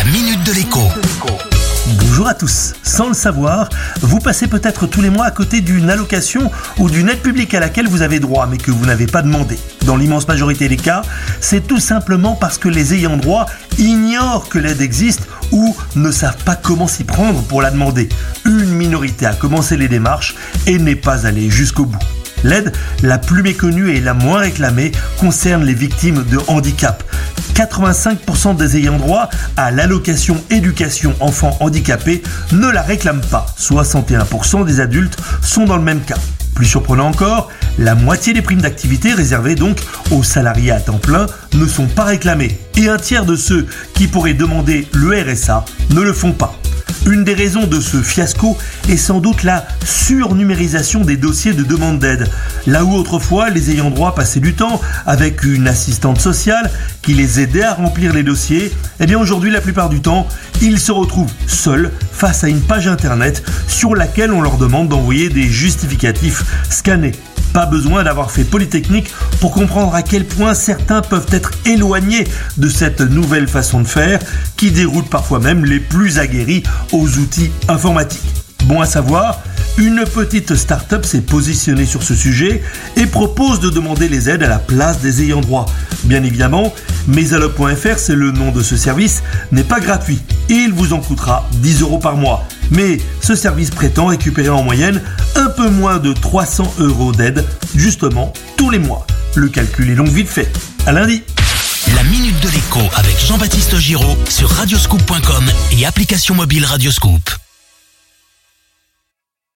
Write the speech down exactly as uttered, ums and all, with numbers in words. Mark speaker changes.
Speaker 1: Minute de l'Écho.
Speaker 2: Bonjour à tous. Sans le savoir, vous passez peut-être tous les mois à côté d'une allocation ou d'une aide publique à laquelle vous avez droit mais que vous n'avez pas demandé. Dans l'immense majorité des cas, c'est tout simplement parce que les ayants droit ignorent que l'aide existe ou ne savent pas comment s'y prendre pour la demander. Une minorité a commencé les démarches et n'est pas allée jusqu'au bout. L'aide la plus méconnue et la moins réclamée concerne les victimes de handicap. quatre-vingt-cinq pour cent des ayants droit à l'allocation éducation enfants handicapés ne la réclament pas. soixante et un pour cent des adultes sont dans le même cas. Plus surprenant encore, la moitié des primes d'activité réservées donc aux salariés à temps plein ne sont pas réclamées. Et un tiers de ceux qui pourraient demander le R S A ne le font pas. Une des raisons de ce fiasco est sans doute la surnumérisation des dossiers de demande d'aide. Là où autrefois les ayants droit passaient du temps avec une assistante sociale qui les aidait à remplir les dossiers, eh bien aujourd'hui la plupart du temps, ils se retrouvent seuls face à une page internet sur laquelle on leur demande d'envoyer des justificatifs scannés. Pas besoin d'avoir fait Polytechnique pour comprendre à quel point certains peuvent être éloignés de cette nouvelle façon de faire qui déroute parfois même les plus aguerris aux outils informatiques. Bon à savoir, une petite start-up s'est positionnée sur ce sujet et propose de demander les aides à la place des ayants droit. Bien évidemment, Mesalog point F R, c'est le nom de ce service, n'est pas gratuit et il vous en coûtera dix euros par mois. Mais ce service prétend récupérer en moyenne un peu moins de trois cents euros d'aide, justement, tous les mois. Le calcul est donc vite fait. À lundi.
Speaker 1: La Minute de l'Écho avec Jean-Baptiste Giraud sur radioscoop point com et application mobile Radioscoop.